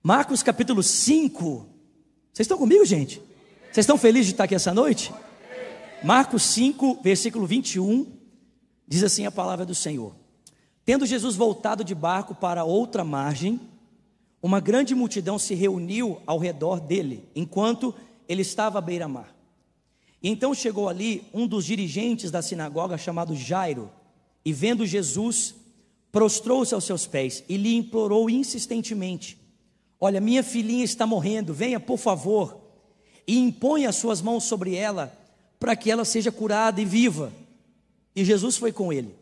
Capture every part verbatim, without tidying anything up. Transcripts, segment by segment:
Marcos capítulo cinco. Vocês estão comigo, gente? Vocês estão felizes de estar aqui essa noite? Marcos cinco, versículo vinte e um, diz assim a palavra do Senhor: Tendo Jesus voltado de barco para outra margem, uma grande multidão se reuniu ao redor dele, enquanto ele estava à beira-mar. E então chegou ali um dos dirigentes da sinagoga, chamado Jairo, e vendo Jesus, prostrou-se aos seus pés e lhe implorou insistentemente: Olha, minha filhinha está morrendo, venha por favor, e impõe as suas mãos sobre ela, para que ela seja curada e viva. E Jesus foi com ele.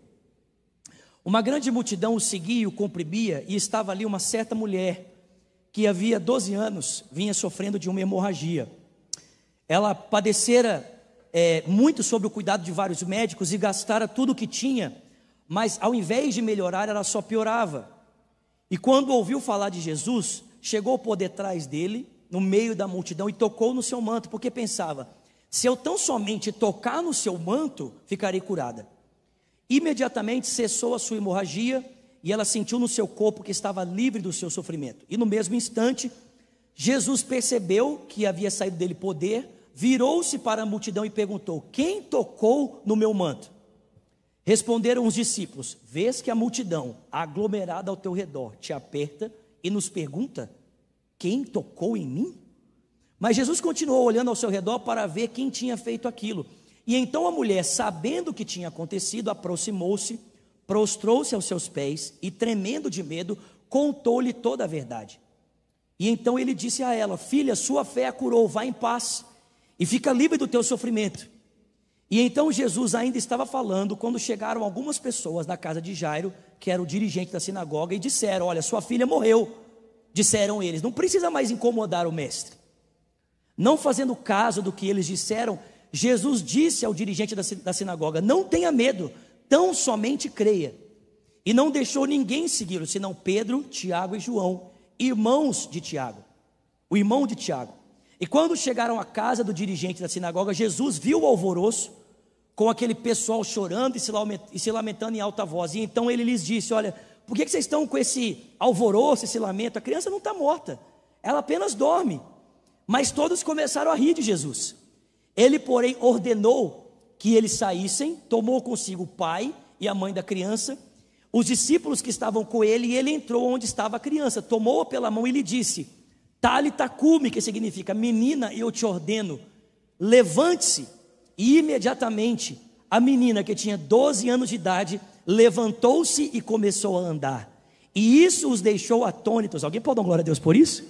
Uma grande multidão o seguia e o comprimia, e estava ali uma certa mulher, que havia doze anos, vinha sofrendo de uma hemorragia. Ela padecera é, muito sob o cuidado de vários médicos, e gastara tudo o que tinha, mas ao invés de melhorar, ela só piorava. E quando ouviu falar de Jesus, chegou por detrás dele, no meio da multidão, e tocou no seu manto, porque pensava: se eu tão somente tocar no seu manto, ficarei curada. Imediatamente cessou a sua hemorragia, e ela sentiu no seu corpo que estava livre do seu sofrimento. E no mesmo instante, Jesus percebeu que havia saído dele poder, virou-se para a multidão e perguntou: quem tocou no meu manto? Responderam os discípulos: vês que a multidão aglomerada ao teu redor te aperta e nos pergunta: quem tocou em mim? Mas Jesus continuou olhando ao seu redor para ver quem tinha feito aquilo. E então a mulher, sabendo o que tinha acontecido, aproximou-se, prostrou-se aos seus pés e, tremendo de medo, contou-lhe toda a verdade. E então ele disse a ela: filha, sua fé a curou, vá em paz e fica livre do teu sofrimento. E então Jesus ainda estava falando, quando chegaram algumas pessoas na casa de Jairo, que era o dirigente da sinagoga, e disseram: olha, sua filha morreu. Disseram eles: não precisa mais incomodar o mestre. Não fazendo caso do que eles disseram, Jesus disse ao dirigente da sinagoga: não tenha medo, tão somente creia. E não deixou ninguém segui-lo, senão Pedro, Tiago e João, irmãos de Tiago, o irmão de Tiago. E quando chegaram à casa do dirigente da sinagoga, Jesus viu o alvoroço, com aquele pessoal chorando e se lamentando em alta voz. E então ele lhes disse: olha, por que vocês estão com esse alvoroço, esse lamento? A criança não está morta, ela apenas dorme. Mas todos começaram a rir de Jesus. Ele, porém, ordenou que eles saíssem, tomou consigo o pai e a mãe da criança, os discípulos que estavam com ele, e ele entrou onde estava a criança, tomou-a pela mão e lhe disse: Talita cumi, que significa: menina, eu te ordeno, levante-se. E imediatamente a menina, que tinha doze anos de idade, levantou-se e começou a andar. E isso os deixou atônitos. Alguém pode dar glória a Deus por isso?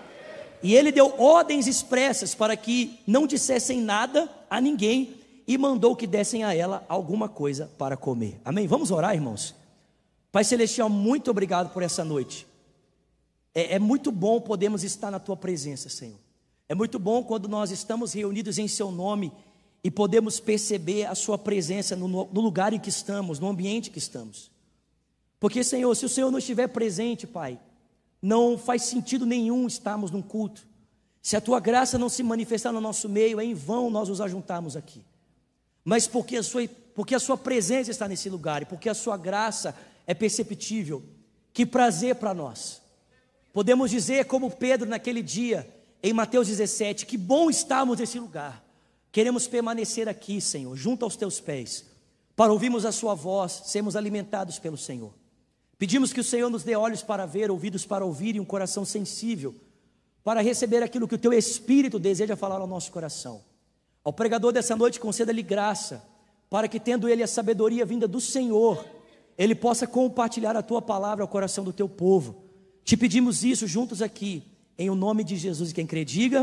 E ele deu ordens expressas para que não dissessem nada a ninguém, e mandou que dessem a ela alguma coisa para comer. Amém? Vamos orar, irmãos? Pai Celestial, muito obrigado por essa noite. É, é muito bom podermos estar na tua presença, Senhor. É muito bom quando nós estamos reunidos em seu nome e podemos perceber a sua presença no, no lugar em que estamos, no ambiente que estamos. Porque, Senhor, se o Senhor não estiver presente, Pai, não faz sentido nenhum estarmos num culto. Se a tua graça não se manifestar no nosso meio, é em vão nós nos ajuntarmos aqui. Mas porque a sua, porque a sua presença está nesse lugar, e porque a sua graça é perceptível, que prazer para nós. Podemos dizer como Pedro naquele dia, em Mateus dezessete, que bom estarmos nesse lugar. Queremos permanecer aqui, Senhor, junto aos teus pés, para ouvirmos a sua voz, sermos alimentados pelo Senhor. Pedimos que o Senhor nos dê olhos para ver, ouvidos para ouvir e um coração sensível para receber aquilo que o teu Espírito deseja falar ao nosso coração. Ao pregador dessa noite, conceda-lhe graça, para que, tendo ele a sabedoria vinda do Senhor, ele possa compartilhar a tua palavra ao coração do teu povo. Te pedimos isso juntos aqui, em o nome de Jesus. E quem crê, diga.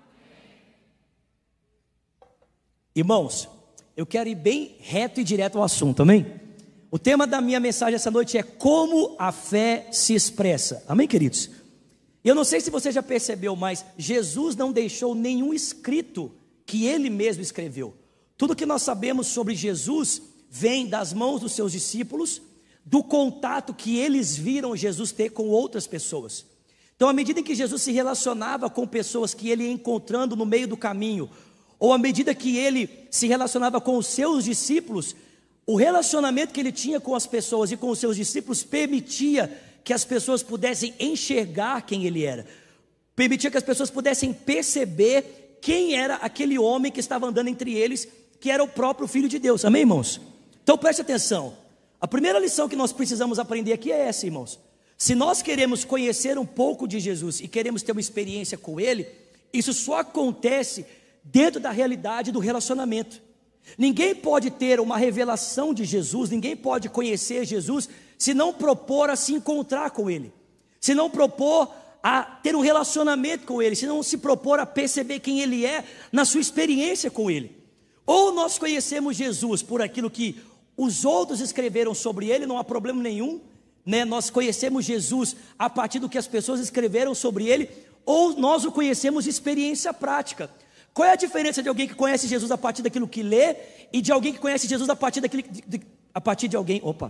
Irmãos, eu quero ir bem reto e direto ao assunto, amém? O tema da minha mensagem essa noite é como a fé se expressa, amém, queridos? Eu não sei se você já percebeu, mas Jesus não deixou nenhum escrito que ele mesmo escreveu. Tudo que nós sabemos sobre Jesus vem das mãos dos seus discípulos, do contato que eles viram Jesus ter com outras pessoas. Então, à medida em que Jesus se relacionava com pessoas que ele ia encontrando no meio do caminho, ou à medida que ele se relacionava com os seus discípulos, o relacionamento que ele tinha com as pessoas e com os seus discípulos permitia que as pessoas pudessem enxergar quem ele era, permitia que as pessoas pudessem perceber quem era aquele homem que estava andando entre eles, que era o próprio Filho de Deus. Amém, irmãos? Então preste atenção. A primeira lição que nós precisamos aprender aqui é essa, irmãos. Se nós queremos conhecer um pouco de Jesus e queremos ter uma experiência com Ele, isso só acontece dentro da realidade do relacionamento. Ninguém pode ter uma revelação de Jesus, ninguém pode conhecer Jesus se não propor a se encontrar com Ele, se não propor a ter um relacionamento com Ele, se não se propor a perceber quem Ele é na sua experiência com Ele. Ou nós conhecemos Jesus por aquilo que os outros escreveram sobre Ele, não há problema nenhum, né? Nós conhecemos Jesus a partir do que as pessoas escreveram sobre Ele, ou nós o conhecemos de experiência prática. Qual é a diferença de alguém que conhece Jesus a partir daquilo que lê e de alguém que conhece Jesus a partir daquilo de, de, a partir de alguém, opa,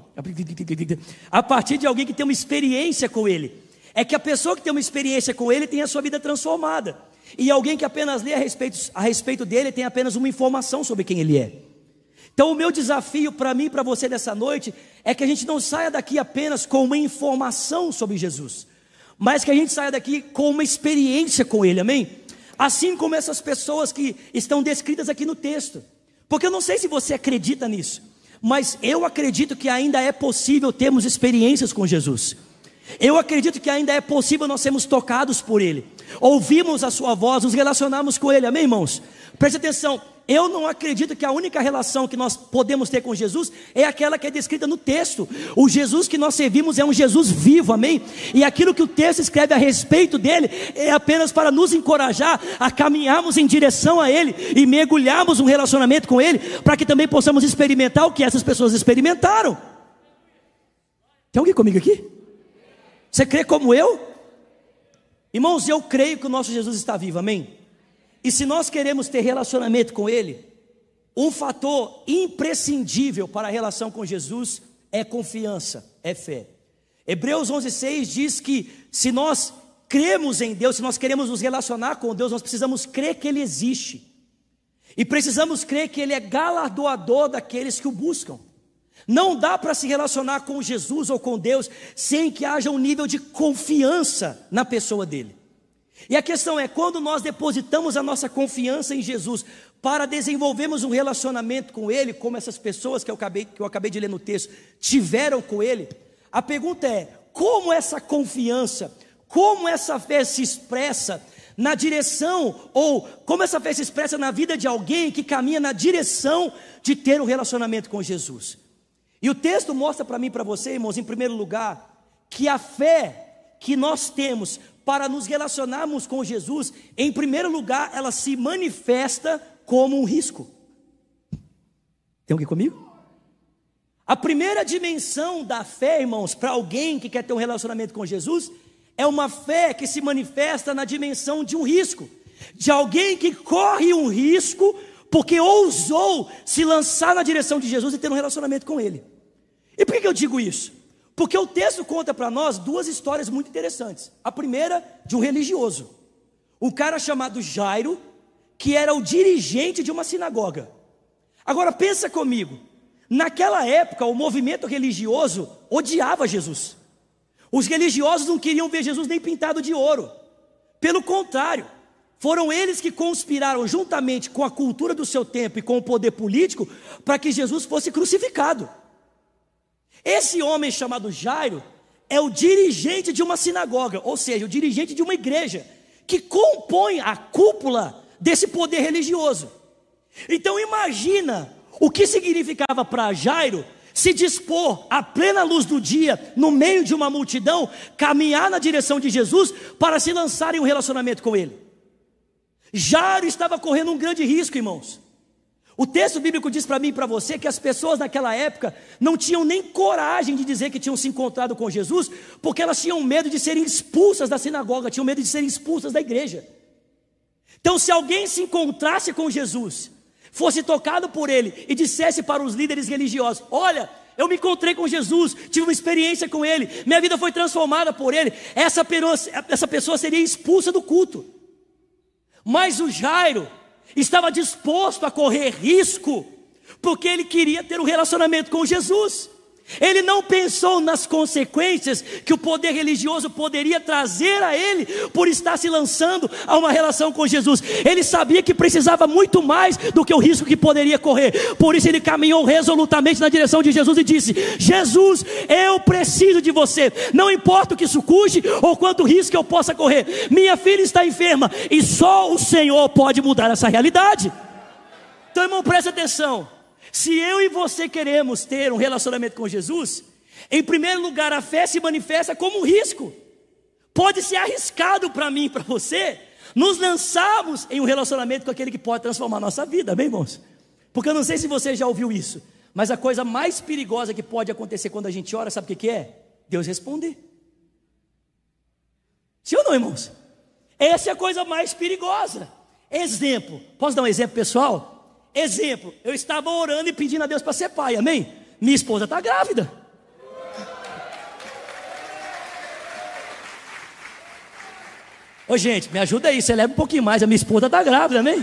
a partir de alguém que tem uma experiência com Ele? É que a pessoa que tem uma experiência com Ele tem a sua vida transformada, e alguém que apenas lê a respeito, a respeito dele tem apenas uma informação sobre quem Ele é. Então o meu desafio para mim e para você nessa noite é que a gente não saia daqui apenas com uma informação sobre Jesus, mas que a gente saia daqui com uma experiência com Ele, amém? Assim como essas pessoas que estão descritas aqui no texto. Porque eu não sei se você acredita nisso, mas eu acredito que ainda é possível termos experiências com Jesus. Eu acredito que ainda é possível nós sermos tocados por Ele, ouvimos a sua voz, nos relacionarmos com Ele, amém, irmãos? Preste atenção, eu não acredito que a única relação que nós podemos ter com Jesus é aquela que é descrita no texto. O Jesus que nós servimos é um Jesus vivo, amém? E aquilo que o texto escreve a respeito dele é apenas para nos encorajar a caminharmos em direção a Ele e mergulharmos um relacionamento com Ele, para que também possamos experimentar o que essas pessoas experimentaram. Tem alguém comigo aqui? Você crê como eu? Irmãos, eu creio que o nosso Jesus está vivo, amém? E se nós queremos ter relacionamento com Ele, um fator imprescindível para a relação com Jesus é confiança, é fé. Hebreus onze, seis diz que se nós cremos em Deus, se nós queremos nos relacionar com Deus, nós precisamos crer que Ele existe. E precisamos crer que Ele é galardoador daqueles que o buscam. Não dá para se relacionar com Jesus ou com Deus sem que haja um nível de confiança na pessoa dele. E a questão é, quando nós depositamos a nossa confiança em Jesus para desenvolvermos um relacionamento com Ele, como essas pessoas que eu acabei, que eu acabei de ler no texto tiveram com Ele, a pergunta é, como essa confiança, como essa fé se expressa na direção, ou como essa fé se expressa na vida de alguém que caminha na direção de ter um relacionamento com Jesus? E o texto mostra para mim e para você, irmãos, em primeiro lugar, que a fé que nós temos para nos relacionarmos com Jesus, em primeiro lugar, ela se manifesta como um risco. Tem alguém comigo? A primeira dimensão da fé, irmãos, para alguém que quer ter um relacionamento com Jesus, é uma fé que se manifesta na dimensão de um risco, de alguém que corre um risco, porque ousou se lançar na direção de Jesus e ter um relacionamento com Ele. E por que eu digo isso? Porque o texto conta para nós duas histórias muito interessantes. A primeira, de um religioso, um cara chamado Jairo, que era o dirigente de uma sinagoga. Agora pensa comigo, naquela época o movimento religioso odiava Jesus. Os religiosos não queriam ver Jesus nem pintado de ouro. Pelo contrário, foram eles que conspiraram juntamente com a cultura do seu tempo e com o poder político para que Jesus fosse crucificado. Esse homem chamado Jairo é o dirigente de uma sinagoga, ou seja, o dirigente de uma igreja, que compõe a cúpula desse poder religioso. Então imagina o que significava para Jairo se dispor à plena luz do dia, no meio de uma multidão, caminhar na direção de Jesus para se lançar em um relacionamento com Ele. Jairo estava correndo um grande risco, irmãos. O texto bíblico diz para mim e para você que as pessoas naquela época não tinham nem coragem de dizer que tinham se encontrado com Jesus, porque elas tinham medo de serem expulsas da sinagoga, tinham medo de serem expulsas da igreja. Então, se alguém se encontrasse com Jesus, fosse tocado por Ele e dissesse para os líderes religiosos: olha, eu me encontrei com Jesus, tive uma experiência com Ele, minha vida foi transformada por Ele, essa pessoa, essa pessoa seria expulsa do culto. Mas o Jairo estava disposto a correr risco, porque ele queria ter um relacionamento com Jesus. Ele não pensou nas consequências que o poder religioso poderia trazer a ele por estar se lançando a uma relação com Jesus. Ele sabia que precisava muito mais do que o risco que poderia correr. Por isso ele caminhou resolutamente na direção de Jesus e disse: Jesus, eu preciso de você. Não importa o que isso custe ou quanto risco eu possa correr. Minha filha está enferma e só o Senhor pode mudar essa realidade. Então, irmão, presta atenção. Se eu e você queremos ter um relacionamento com Jesus, em primeiro lugar, a fé se manifesta como um risco. Pode ser arriscado para mim e para você nos lançarmos em um relacionamento com aquele que pode transformar a nossa vida, amém, irmãos? Porque eu não sei se você já ouviu isso, mas a coisa mais perigosa que pode acontecer quando a gente ora, sabe o que que é? Deus responder. Sim ou não, irmãos? Essa é a coisa mais perigosa. Exemplo, posso dar um exemplo pessoal? Exemplo, eu estava orando e pedindo a Deus para ser pai, amém? Minha esposa está grávida. Ô gente, me ajuda aí, celebra um pouquinho mais, a minha esposa está grávida, amém?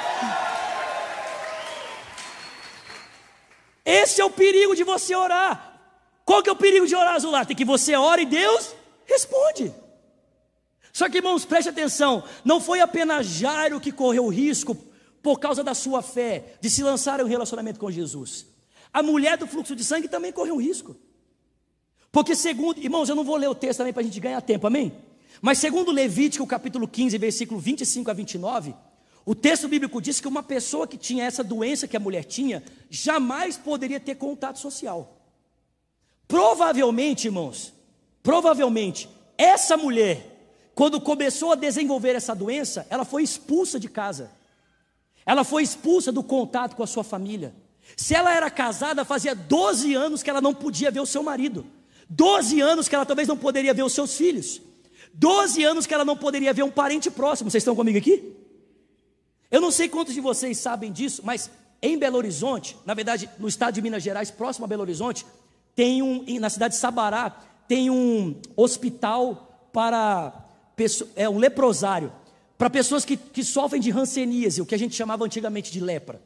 Esse é o perigo de você orar. Qual que é o perigo de orar, Zular? Tem que você ora e Deus responde. Só que, irmãos, preste atenção, não foi apenas Jairo que correu o risco por causa da sua fé, de se lançar em um relacionamento com Jesus. A mulher do fluxo de sangue também correu um risco. Porque segundo, irmãos, eu não vou ler o texto também para a gente ganhar tempo, amém? Mas segundo Levítico capítulo quinze, versículo vinte e cinco a vinte e nove, o texto bíblico diz que uma pessoa que tinha essa doença que a mulher tinha, jamais poderia ter contato social. Provavelmente, irmãos, provavelmente, essa mulher, quando começou a desenvolver essa doença, ela foi expulsa de casa. Ela foi expulsa do contato com a sua família. Se ela era casada, fazia doze anos que ela não podia ver o seu marido. doze anos que ela talvez não poderia ver os seus filhos. doze anos que ela não poderia ver um parente próximo. Vocês estão comigo aqui? Eu não sei quantos de vocês sabem disso, mas em Belo Horizonte, na verdade no estado de Minas Gerais, próximo a Belo Horizonte, tem um, na cidade de Sabará, tem um hospital para, é um leprosário, para pessoas que, que sofrem de hanseníase, o que a gente chamava antigamente de lepra.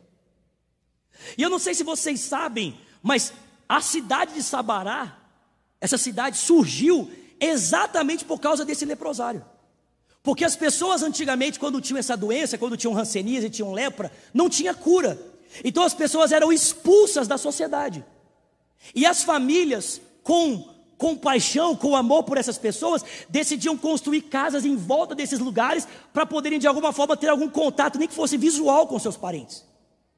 E eu não sei se vocês sabem, mas a cidade de Sabará, essa cidade surgiu exatamente por causa desse leprosário. Porque as pessoas antigamente, quando tinham essa doença, quando tinham hanseníase, tinham lepra, não tinha cura. Então as pessoas eram expulsas da sociedade. E as famílias, com compaixão, com amor por essas pessoas, decidiam construir casas em volta desses lugares para poderem de alguma forma ter algum contato, nem que fosse visual, com seus parentes.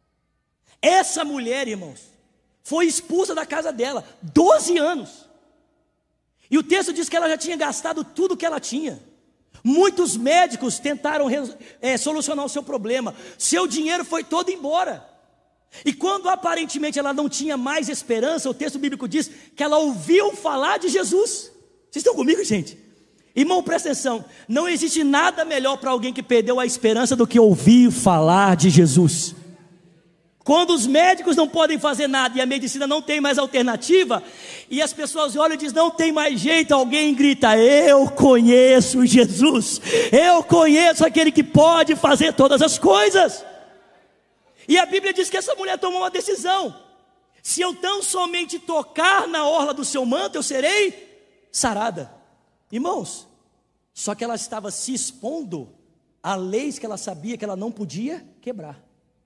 Essa mulher, irmãos, foi expulsa da casa dela, doze anos. E o texto diz que ela já tinha gastado tudo que ela tinha. Muitos médicos tentaram é, solucionar o seu problema. Seu dinheiro foi todo embora. E quando aparentemente ela não tinha mais esperança, o texto bíblico diz que ela ouviu falar de Jesus. Vocês estão comigo, gente? Irmão, presta atenção, não existe nada melhor para alguém que perdeu a esperança do que ouvir falar de Jesus. Quando os médicos não podem fazer nada e a medicina não tem mais alternativa, e as pessoas olham e dizem, não tem mais jeito, alguém grita, eu conheço Jesus, eu conheço aquele que pode fazer todas as coisas. E a Bíblia diz que essa mulher tomou uma decisão: se eu tão somente tocar na orla do seu manto, eu serei sarada. Irmãos, só que ela estava se expondo a leis que ela sabia que ela não podia quebrar.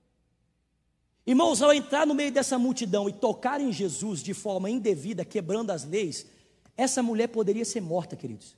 Irmãos, ao entrar no meio dessa multidão e tocar em Jesus de forma indevida, quebrando as leis, essa mulher poderia ser morta, queridos.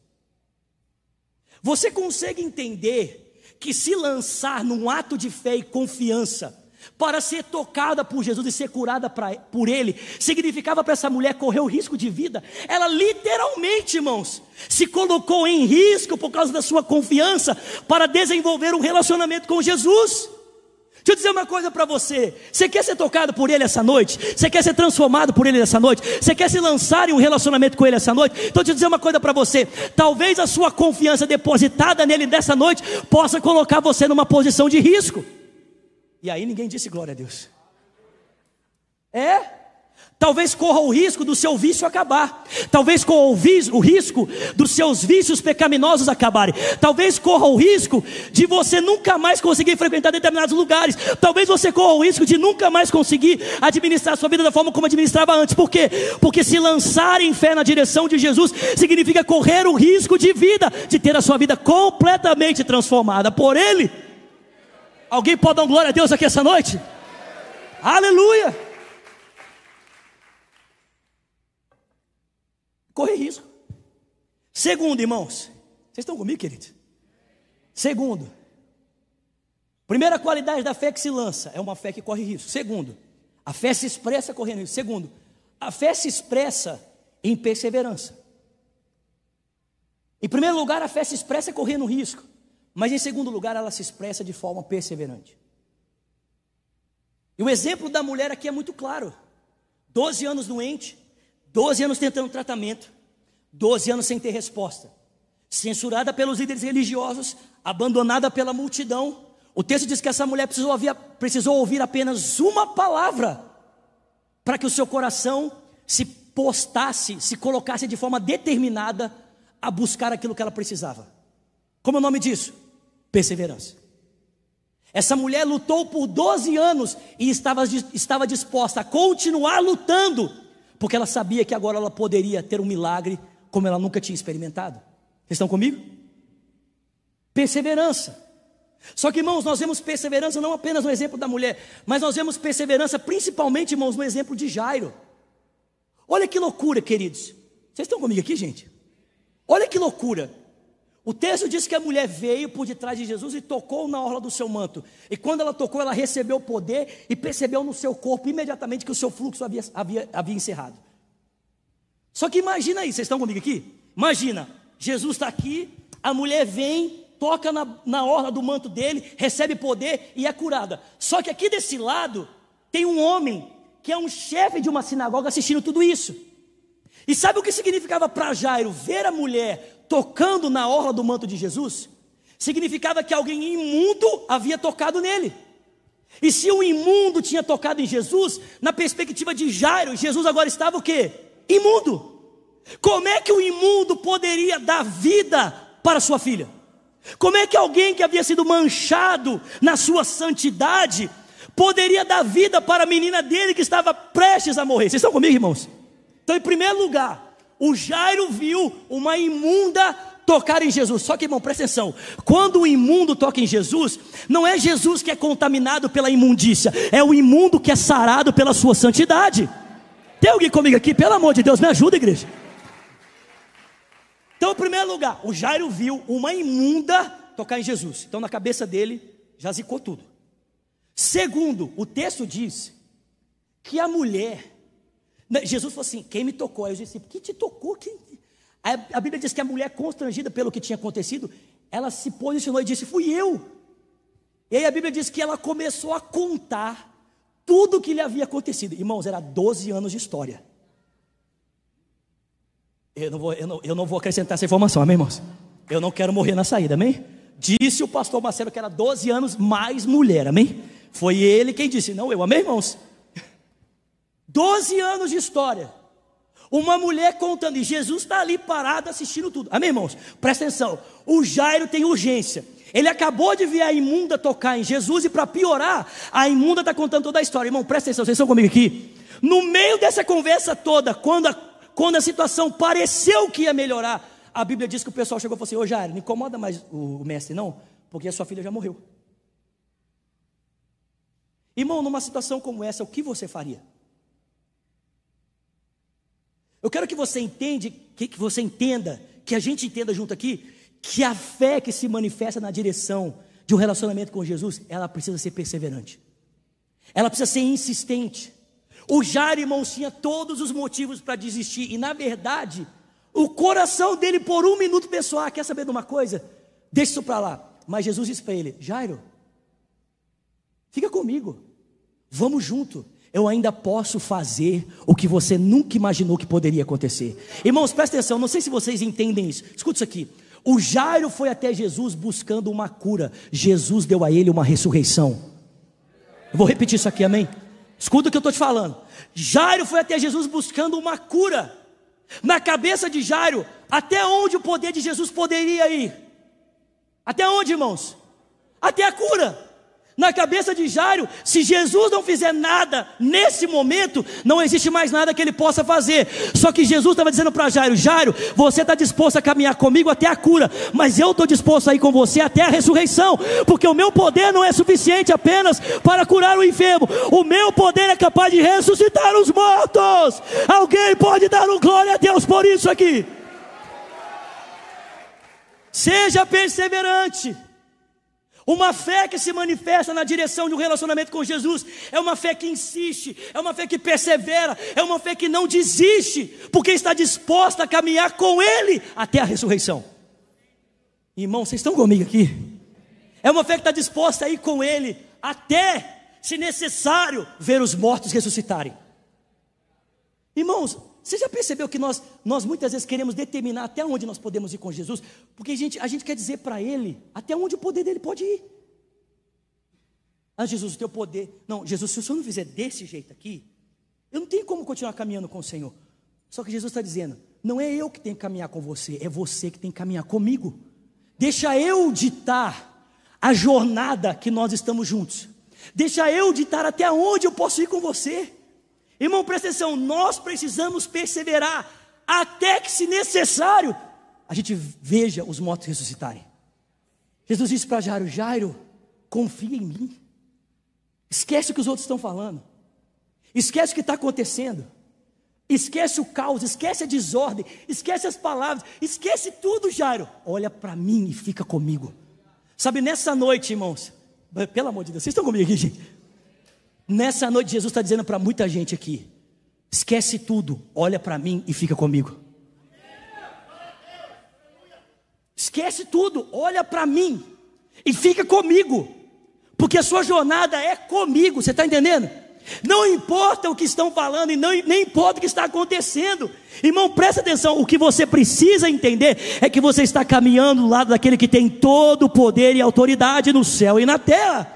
Você consegue entender que se lançar num ato de fé e confiança para ser tocada por Jesus e ser curada pra, por Ele, significava para essa mulher correr o risco de vida? Ela literalmente, irmãos, se colocou em risco por causa da sua confiança para desenvolver um relacionamento com Jesus. Deixa eu dizer uma coisa para você: você quer ser tocado por Ele essa noite? Você quer ser transformado por Ele essa noite? Você quer se lançar em um relacionamento com Ele essa noite? Então deixa eu dizer uma coisa para você: talvez a sua confiança depositada nele dessa noite possa colocar você numa posição de risco. E aí ninguém disse glória a Deus. É, Talvez corra o risco do seu vício acabar. Talvez corra o, vício, o risco dos seus vícios pecaminosos acabarem. Talvez corra o risco de você nunca mais conseguir frequentar determinados lugares. Talvez você corra o risco de nunca mais conseguir administrar a sua vida da forma como administrava antes. Por quê? Porque se lançar em fé na direção de Jesus significa correr o risco de vida, de ter a sua vida completamente transformada por Ele. Alguém pode dar glória a Deus aqui essa noite? Aleluia! Correr risco. Segundo, irmãos, vocês estão comigo, queridos? Segundo, primeira qualidade da fé que se lança é uma fé que corre risco. Segundo, a fé se expressa correndo risco. Segundo, a fé se expressa em perseverança. Em primeiro lugar, a fé se expressa correndo risco, mas em segundo lugar, ela se expressa de forma perseverante. E o exemplo da mulher aqui é muito claro. doze anos doente, doze anos tentando tratamento, doze anos sem ter resposta, censurada pelos líderes religiosos, abandonada pela multidão. O texto diz que essa mulher precisou ouvir, precisou ouvir apenas uma palavra para que o seu coração se postasse, se colocasse de forma determinada a buscar aquilo que ela precisava. Como é o nome disso? Perseverança. Essa mulher lutou por doze anos e estava, estava disposta a continuar lutando, porque ela sabia que agora ela poderia ter um milagre como ela nunca tinha experimentado. Vocês estão comigo? Perseverança. Só que, irmãos, nós vemos perseverança não apenas no exemplo da mulher, mas nós vemos perseverança principalmente, irmãos, no exemplo de Jairo. Olha que loucura, queridos. Vocês estão comigo aqui, gente? Olha que loucura. O texto diz que a mulher veio por detrás de Jesus e tocou na orla do seu manto. E quando ela tocou, ela recebeu poder e percebeu no seu corpo imediatamente que o seu fluxo havia, havia, havia encerrado. Só que imagina aí, vocês estão comigo aqui? Imagina, Jesus está aqui, a mulher vem, toca na, na orla do manto dele, recebe poder e é curada. Só que aqui desse lado tem um homem que é um chefe de uma sinagoga assistindo tudo isso. E sabe o que significava para Jairo ver a mulher tocando na orla do manto de Jesus? Significava que alguém imundo havia tocado nele. E se o imundo tinha tocado em Jesus, na perspectiva de Jairo, Jesus agora estava o quê? Imundo. Como é que o imundo poderia dar vida para sua filha? Como é que alguém que havia sido manchado na sua santidade poderia dar vida para a menina dele que estava prestes a morrer? Vocês estão comigo, irmãos? Então, em primeiro lugar, o Jairo viu uma imunda tocar em Jesus. Só que, irmão, presta atenção, quando o imundo toca em Jesus, não é Jesus que é contaminado pela imundícia, é o imundo que é sarado pela sua santidade. Tem alguém comigo aqui? Pelo amor de Deus, me ajuda, igreja. Então, em primeiro lugar, o Jairo viu uma imunda tocar em Jesus. Então, na cabeça dele, já zicou tudo. Segundo, o texto diz que a mulher... Jesus falou assim, quem me tocou? Aí eu disse, quem te tocou? Quem... Aí a Bíblia diz que a mulher, constrangida pelo que tinha acontecido, ela se posicionou e disse, fui eu. E aí a Bíblia diz que ela começou a contar tudo o que lhe havia acontecido. Irmãos, era doze anos de história. Eu não vou, eu não, eu não vou acrescentar essa informação, amém, irmãos? Eu não quero morrer na saída, amém? Disse o pastor Marcelo que era doze anos mais mulher, amém? Foi ele quem disse, não eu, amém, irmãos? doze anos de história. Uma mulher contando, e Jesus está ali parado assistindo tudo. Amém, irmãos? Presta atenção, o Jairo tem urgência. Ele acabou de ver a imunda tocar em Jesus, e para piorar, a imunda está contando toda a história. Irmão, presta atenção, vocês estão comigo aqui? No meio dessa conversa toda, quando a, quando a situação pareceu que ia melhorar, a Bíblia diz que o pessoal chegou e falou assim, ô Jairo, não incomoda mais o, o mestre não, porque a sua filha já morreu. Irmão, numa situação como essa, o que você faria? Eu quero que você entende, que, que você entenda, que a gente entenda junto aqui, que a fé que se manifesta na direção de um relacionamento com Jesus, ela precisa ser perseverante. Ela precisa ser insistente. O Jairo, irmãos, tinha todos os motivos para desistir, e na verdade, o coração dele por um minuto pensou, ah, quer saber de uma coisa? Deixa isso para lá. Mas Jesus disse para ele, Jairo, fica comigo, vamos junto. Eu ainda posso fazer o que você nunca imaginou que poderia acontecer. Irmãos, presta atenção, não sei se vocês entendem isso. Escuta isso aqui. O Jairo foi até Jesus buscando uma cura. Jesus deu a ele uma ressurreição. Eu vou repetir isso aqui, amém? Escuta o que eu estou te falando. Jairo foi até Jesus buscando uma cura. Na cabeça de Jairo, até onde o poder de Jesus poderia ir? Até onde, irmãos? Até a cura. Na cabeça de Jairo, se Jesus não fizer nada nesse momento, não existe mais nada que ele possa fazer. Só que Jesus estava dizendo para Jairo: Jairo, você está disposto a caminhar comigo até a cura, mas eu estou disposto a ir com você até a ressurreição, porque o meu poder não é suficiente apenas para curar o enfermo, o meu poder é capaz de ressuscitar os mortos. Alguém pode dar um glória a Deus por isso aqui? Seja perseverante. Uma fé que se manifesta na direção de um relacionamento com Jesus é uma fé que insiste, é uma fé que persevera, é uma fé que não desiste, porque está disposta a caminhar com Ele até a ressurreição. Irmãos, vocês estão comigo aqui? É uma fé que está disposta a ir com Ele até, se necessário, ver os mortos ressuscitarem. Irmãos, você já percebeu que nós, nós muitas vezes queremos determinar até onde nós podemos ir com Jesus? Porque a gente, a gente quer dizer para Ele até onde o poder dele pode ir. Ah, Jesus, o teu poder... Não, Jesus, se o Senhor não fizer desse jeito aqui, eu não tenho como continuar caminhando com o Senhor. Só que Jesus está dizendo, não é eu que tenho que caminhar com você, é você que tem que caminhar comigo. Deixa eu ditar a jornada que nós estamos juntos. Deixa eu ditar até onde eu posso ir com você. Irmão, presta atenção, nós precisamos perseverar até que, se necessário, a gente veja os mortos ressuscitarem. Jesus disse para Jairo: Jairo, confia em mim. Esquece o que os outros estão falando. Esquece o que está acontecendo. Esquece o caos, esquece a desordem, esquece as palavras, esquece tudo, Jairo. Olha para mim e fica comigo. Sabe, nessa noite, irmãos, pelo amor de Deus, vocês estão comigo aqui, gente? Nessa noite Jesus está dizendo para muita gente aqui: esquece tudo, olha para mim e fica comigo. Esquece tudo, olha para mim e fica comigo, porque a sua jornada é comigo, você está entendendo? Não importa o que estão falando e não, nem importa o que está acontecendo. Irmão, presta atenção, o que você precisa entender é que você está caminhando do lado daquele que tem todo o poder e autoridade no céu e na terra.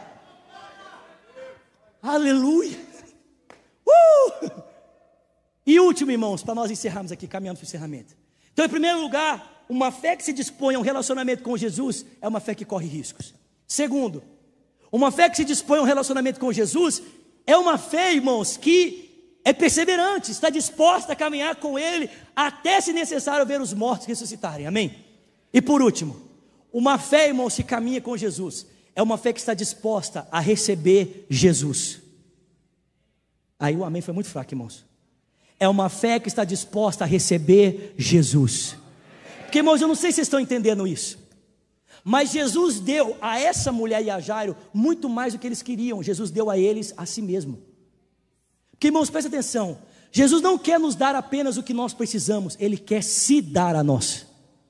Aleluia. uh! E último, irmãos, para nós encerrarmos aqui, caminhamos para o encerramento. Então, em primeiro lugar, uma fé que se dispõe a um relacionamento com Jesus é uma fé que corre riscos. Segundo, uma fé que se dispõe a um relacionamento com Jesus é uma fé, irmãos, que é perseverante, está disposta a caminhar com Ele até, se necessário, ver os mortos ressuscitarem. Amém? E por último, uma fé, irmãos, que caminha com Jesus é uma fé que está disposta a receber Jesus. Aí o amém foi muito fraco, irmãos. É uma fé que está disposta a receber Jesus. Porque, irmãos, eu não sei se vocês estão entendendo isso, mas Jesus deu a essa mulher e a Jairo muito mais do que eles queriam. Jesus deu a eles a si mesmo. Porque, irmãos, presta atenção, Jesus não quer nos dar apenas o que nós precisamos, Ele quer se dar a nós.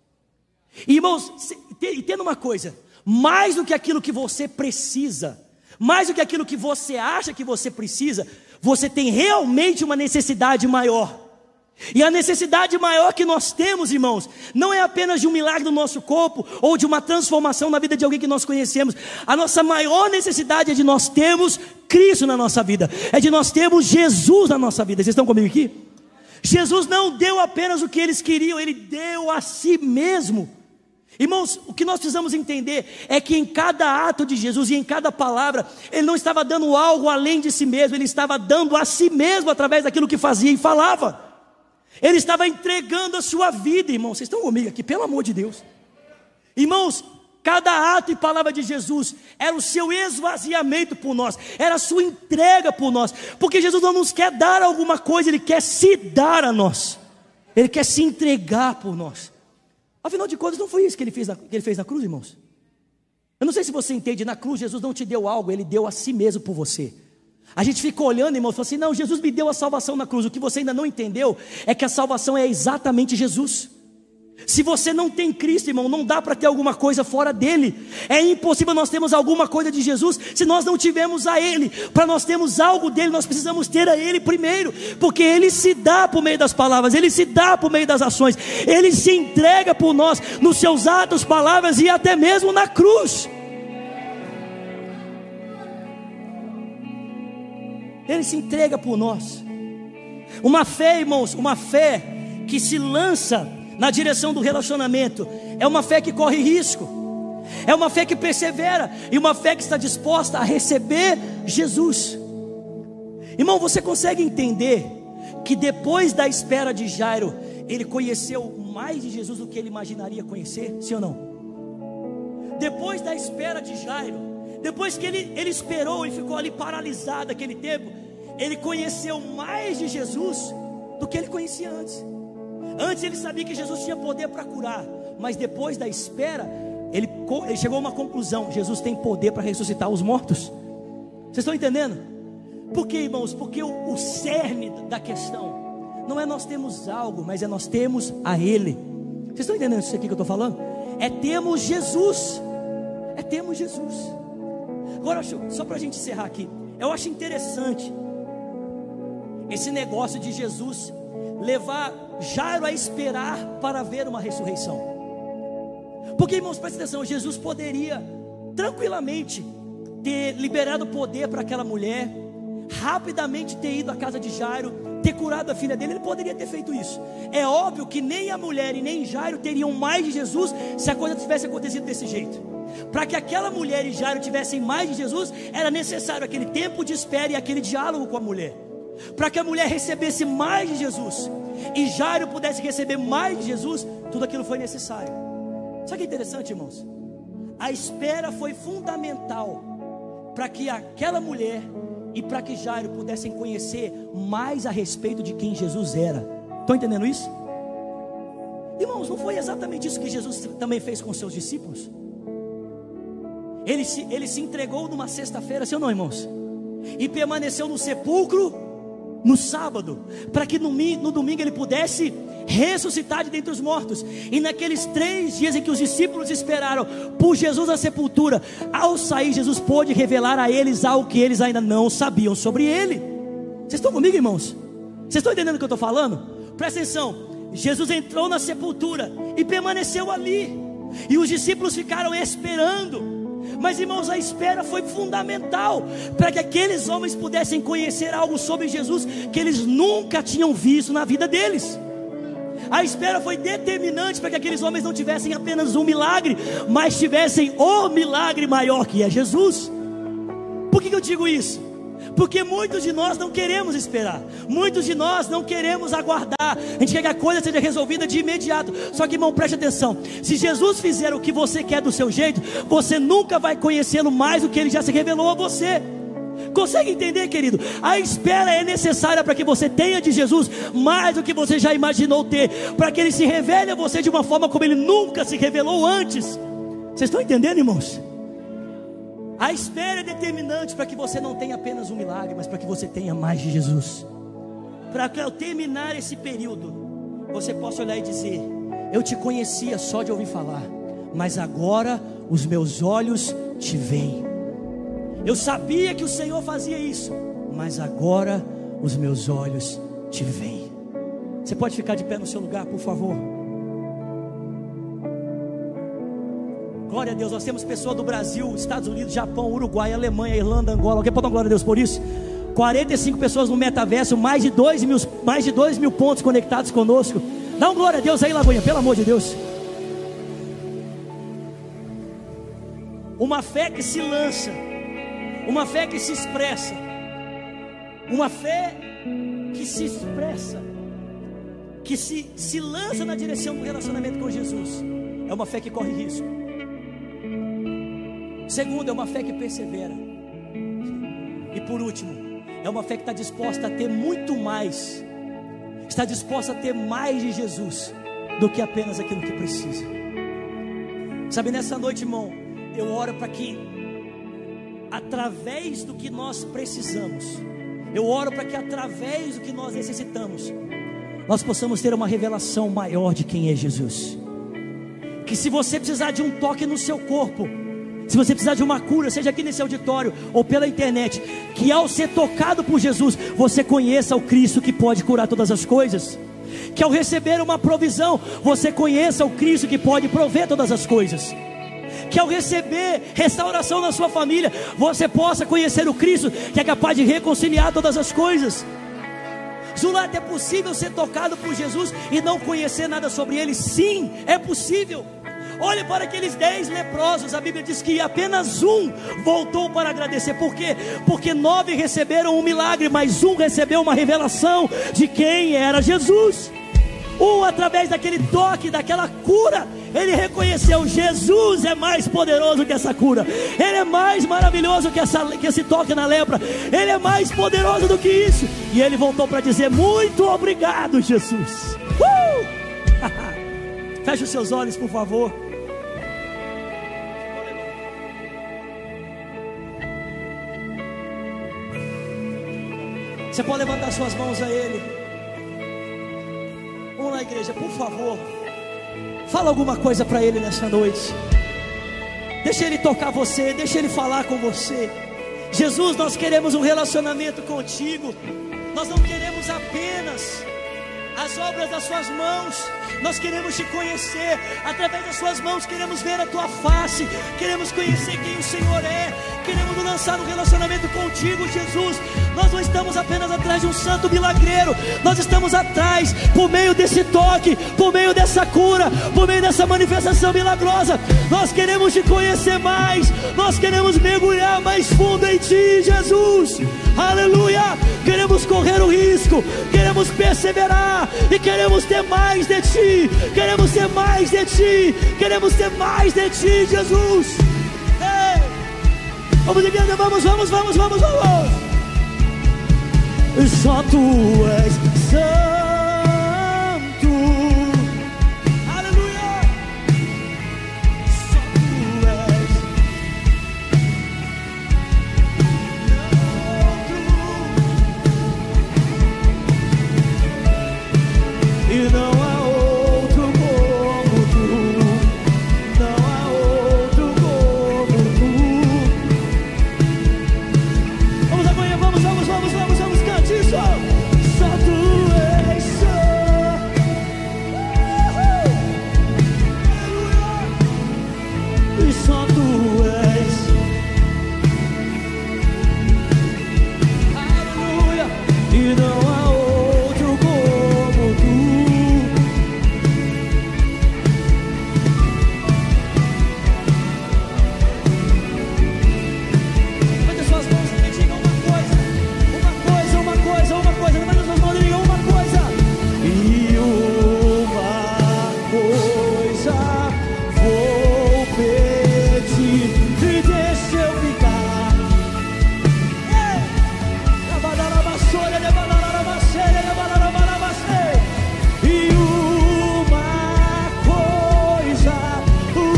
E, irmãos, entenda uma coisa: mais do que aquilo que você precisa, mais do que aquilo que você acha que você precisa, você tem realmente uma necessidade maior. E a necessidade maior que nós temos, irmãos, não é apenas de um milagre no nosso corpo, ou de uma transformação na vida de alguém que nós conhecemos. A nossa maior necessidade é de nós termos Cristo na nossa vida, é de nós termos Jesus na nossa vida. Vocês estão comigo aqui? Jesus não deu apenas o que eles queriam, Ele deu a si mesmo. Irmãos, o que nós precisamos entender é que em cada ato de Jesus e em cada palavra, Ele não estava dando algo além de si mesmo, Ele estava dando a si mesmo através daquilo que fazia e falava. Ele estava entregando a sua vida, irmãos. Vocês estão comigo aqui, pelo amor de Deus. Irmãos, cada ato e palavra de Jesus era o seu esvaziamento por nós, era a sua entrega por nós, porque Jesus não nos quer dar alguma coisa, Ele quer se dar a nós, Ele quer se entregar por nós. Afinal de contas, não foi isso que ele, fez na, que ele fez na cruz, irmãos? Eu não sei se você entende, na cruz Jesus não te deu algo, Ele deu a si mesmo por você. A gente fica olhando, irmãos, e fala assim: não, Jesus me deu a salvação na cruz. O que você ainda não entendeu é que a salvação é exatamente Jesus. Se você não tem Cristo, irmão, não dá para ter alguma coisa fora dele. É impossível nós termos alguma coisa de Jesus se nós não tivermos a Ele. Para nós termos algo dele, nós precisamos ter a Ele primeiro, porque Ele se dá por meio das palavras, Ele se dá por meio das ações, Ele se entrega por nós nos seus atos, palavras e até mesmo na cruz. Ele se entrega por nós. Uma fé, irmãos, uma fé que se lança na direção do relacionamento, é uma fé que corre risco, é uma fé que persevera, e uma fé que está disposta a receber Jesus. Irmão, você consegue entender que depois da espera de Jairo, ele conheceu mais de Jesus do que ele imaginaria conhecer? Sim ou não? Depois da espera de Jairo, depois que ele, ele esperou e ficou ali paralisado aquele tempo, ele conheceu mais de Jesus do que ele conhecia antes. Antes ele sabia que Jesus tinha poder para curar, mas depois da espera, ele, ele chegou a uma conclusão: Jesus tem poder para ressuscitar os mortos. Vocês estão entendendo? Por quê, irmãos? Porque o, o cerne da questão não é nós temos algo, mas é nós temos a Ele. Vocês estão entendendo isso aqui que eu estou falando? É termos Jesus, é termos Jesus. Agora, só para a gente encerrar aqui, eu acho interessante esse negócio de Jesus levar Jairo a esperar para ver uma ressurreição. Porque, irmãos, presta atenção, Jesus poderia tranquilamente ter liberado poder para aquela mulher, rapidamente ter ido à casa de Jairo, ter curado a filha dele. Ele poderia ter feito isso. É óbvio que nem a mulher e nem Jairo teriam mais de Jesus se a coisa tivesse acontecido desse jeito. Para que aquela mulher e Jairo tivessem mais de Jesus, era necessário aquele tempo de espera e aquele diálogo com a mulher. Para que a mulher recebesse mais de Jesus e Jairo pudesse receber mais de Jesus, tudo aquilo foi necessário. Sabe o que é interessante, irmãos? A espera foi fundamental para que aquela mulher e para que Jairo pudessem conhecer mais a respeito de quem Jesus era. Estão entendendo isso? Irmãos, não foi exatamente isso que Jesus também fez com seus discípulos? Ele se, ele se entregou numa sexta-feira, sim ou não, irmãos? E permaneceu no sepulcro no sábado, para que no, no domingo ele pudesse ressuscitar de dentre os mortos. E naqueles três dias em que os discípulos esperaram por Jesus na sepultura, ao sair, Jesus pôde revelar a eles algo que eles ainda não sabiam sobre ele. Vocês estão comigo, irmãos? Vocês estão entendendo o que eu estou falando? Presta atenção. Jesus entrou na sepultura e permaneceu ali, e os discípulos ficaram esperando. Mas, irmãos, a espera foi fundamental para que aqueles homens pudessem conhecer algo sobre Jesus que eles nunca tinham visto na vida deles. A espera foi determinante para que aqueles homens não tivessem apenas um milagre, mas tivessem o milagre maior, que é Jesus. Por que eu digo isso? Porque muitos de nós não queremos esperar, muitos de nós não queremos aguardar, a gente quer que a coisa seja resolvida de imediato. Só que, irmão, preste atenção, se Jesus fizer o que você quer do seu jeito, você nunca vai conhecê-lo mais do que ele já se revelou a você. Consegue entender, querido? A espera é necessária para que você tenha de Jesus mais do que você já imaginou ter, para que ele se revele a você de uma forma como ele nunca se revelou antes. Vocês estão entendendo, irmãos? A espera é determinante para que você não tenha apenas um milagre, mas para que você tenha mais de Jesus. Para que ao terminar esse período, você possa olhar e dizer: eu te conhecia só de ouvir falar, mas agora os meus olhos te veem. Eu sabia que o Senhor fazia isso, mas agora os meus olhos te veem. Você pode ficar de pé no seu lugar, por favor? Glória a Deus. Nós temos pessoas do Brasil, Estados Unidos, Japão, Uruguai, Alemanha, Irlanda, Angola. Alguém pode dar glória a Deus por isso? quarenta e cinco pessoas no metaverso, mais de dois mil, mais de dois mil pontos conectados conosco. Dá um glória a Deus aí, Lagoinha, pelo amor de Deus. Uma fé que se lança, uma fé que se expressa, uma fé que se expressa, que se, se lança na direção do relacionamento com Jesus, é uma fé que corre risco. Segundo, é uma fé que persevera. E por último, é uma fé que está disposta a ter muito mais, está disposta a ter mais de Jesus do que apenas aquilo que precisa. Sabe, nessa noite, irmão, eu oro para que, através do que nós precisamos, eu oro para que através do que nós necessitamos, nós possamos ter uma revelação maior de quem é Jesus. Que se você precisar de um toque no seu corpo, se você precisar de uma cura, seja aqui nesse auditório ou pela internet, que ao ser tocado por Jesus, você conheça o Cristo que pode curar todas as coisas. Que ao receber uma provisão, você conheça o Cristo que pode prover todas as coisas. que ao receber restauração na sua família, você possa conhecer o Cristo que é capaz de reconciliar todas as coisas. Zulata, é possível ser tocado por Jesus e não conhecer nada sobre Ele? Sim, é possível. Olhe para aqueles dez leprosos, a Bíblia diz que apenas um voltou para agradecer. Por quê? Porque nove receberam um milagre, mas um recebeu uma revelação de quem era Jesus. Um, através daquele toque, daquela cura, ele reconheceu: Jesus é mais poderoso que essa cura, Ele é mais maravilhoso que, essa, que esse toque na lepra, Ele é mais poderoso do que isso. E ele voltou para dizer: muito obrigado, Jesus. uh! Feche os seus olhos, por favor. Você pode levantar suas mãos a Ele. Vamos lá, igreja, por favor. Fala alguma coisa para Ele nessa noite. Deixa Ele tocar você, deixa Ele falar com você. Jesus, nós queremos um relacionamento contigo. Nós não queremos apenas as obras das suas mãos, nós queremos te conhecer. Através das suas mãos queremos ver a tua face, queremos conhecer quem o Senhor é, queremos nos lançar no relacionamento contigo, Jesus. Nós não estamos apenas atrás de um santo milagreiro, nós estamos atrás, por meio desse toque, por meio dessa cura, por meio dessa manifestação milagrosa. Nós queremos te conhecer mais, nós queremos mergulhar mais fundo em ti, Jesus. Aleluia. Queremos correr o risco, queremos perseverar e queremos ter mais de ti, queremos ter mais de ti, queremos ter mais de ti, Jesus. Ei! Vamos, igreja, vamos, vamos, vamos, vamos, vamos. Só tu és santo. Aleluia. Só tu és. E não há outro como tu, não há outro como tu. Vamos amanhã, vamos, vamos, vamos, vamos, vamos, cante isso. Só tu és só. E só tu és. Aleluia. E não há outro como tu. Levante as suas mãos e me diga uma coisa, uma coisa, uma coisa, uma coisa. Levante as suas mãos e diga uma coisa. E uma coisa vou pedir, e deixa eu ficar. Ei! Rabadarabassolha, lebadarabasselha, lebadarabarabassei. E uma coisa vou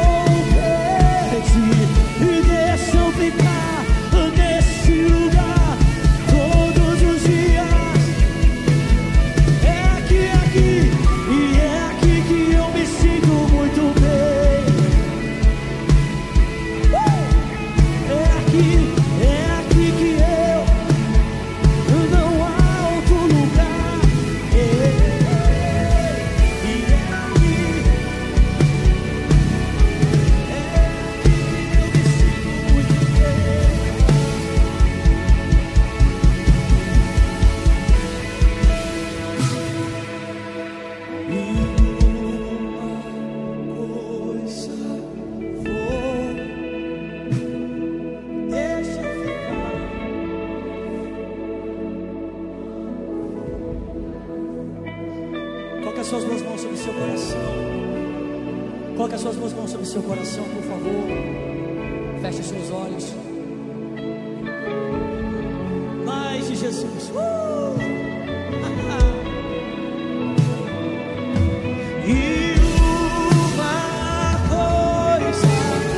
pedir, e deixa eu ficar nesse lugar todos os dias. É aqui, é aqui, e é aqui que eu me sinto muito bem. Uh! É aqui, é aqui que eu não há outro lugar. É, e é aqui, é aqui que eu me sinto muito bem. E uma coisa vou, deixa eu ficar. Coloque as suas duas mãos sobre o seu coração. Coloque as suas duas mãos sobre o seu coração, por favor. Feche os seus olhos. Mais de Jesus. Uh! E uma coisa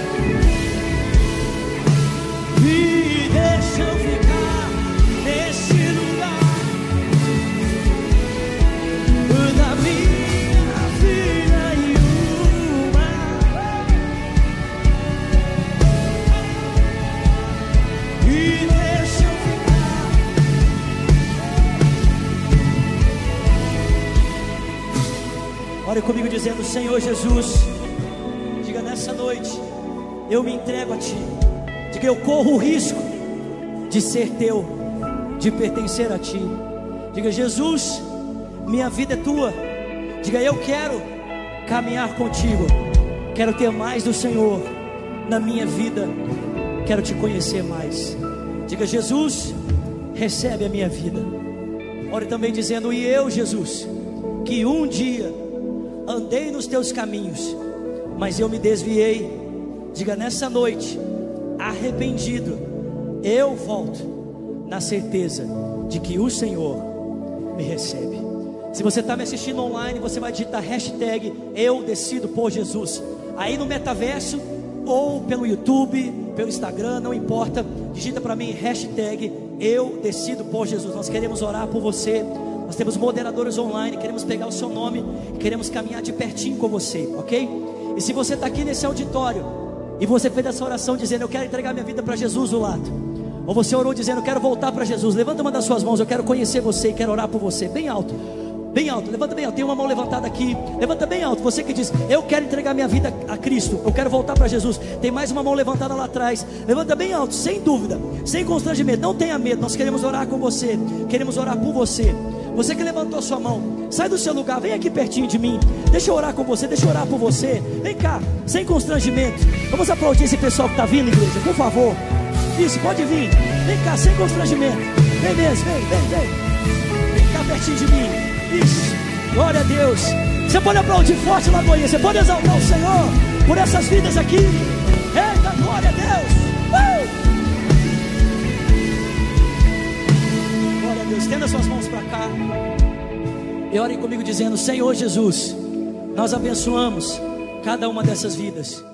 me deixa eu ficar nesse lugar da minha vida. E uma e deixa eu ficar. Ore comigo dizendo: Senhor Jesus, diga nessa noite, eu me entrego a Ti. Diga, eu corro o risco de ser Teu, de pertencer a Ti. Diga, Jesus, minha vida é Tua. Diga, eu quero caminhar contigo, quero ter mais do Senhor na minha vida, quero Te conhecer mais. Diga, Jesus, recebe a minha vida. Ore também dizendo, e eu, Jesus, que um dia andei nos Teus caminhos, mas eu me desviei. Diga, nessa noite, arrependido, eu volto na certeza de que o Senhor me recebe. Se você está me assistindo online, você vai digitar hashtag eu decido por Jesus, aí no metaverso, ou pelo YouTube, pelo Instagram, não importa, digita para mim hashtag eu decido por Jesus. Nós queremos orar por você, nós temos moderadores online, queremos pegar o seu nome, queremos caminhar de pertinho com você, ok? E se você está aqui nesse auditório, e você fez essa oração dizendo, eu quero entregar minha vida para Jesus do lado, ou você orou dizendo, eu quero voltar para Jesus, levanta uma das suas mãos, eu quero conhecer você e quero orar por você, bem alto. Bem alto, levanta bem alto, tem uma mão levantada aqui, levanta bem alto, você que diz, eu quero entregar minha vida a Cristo, eu quero voltar para Jesus, tem mais uma mão levantada lá atrás, levanta bem alto, sem dúvida, sem constrangimento, não tenha medo, nós queremos orar com você, queremos orar por você. Você que levantou a sua mão, sai do seu lugar, vem aqui pertinho de mim, deixa eu orar com você, deixa eu orar por você, vem cá, sem constrangimento, vamos aplaudir esse pessoal que está vindo, igreja, por favor, isso, pode vir, vem cá, sem constrangimento, vem mesmo, vem, vem, vem, vem cá pertinho de mim. Isso, glória a Deus. Você pode aplaudir forte, Lagoinha. Você pode exaltar o Senhor por essas vidas aqui. Eita, glória a Deus. uh! Glória a Deus, estenda suas mãos para cá e orem comigo dizendo, Senhor Jesus, nós abençoamos cada uma dessas vidas.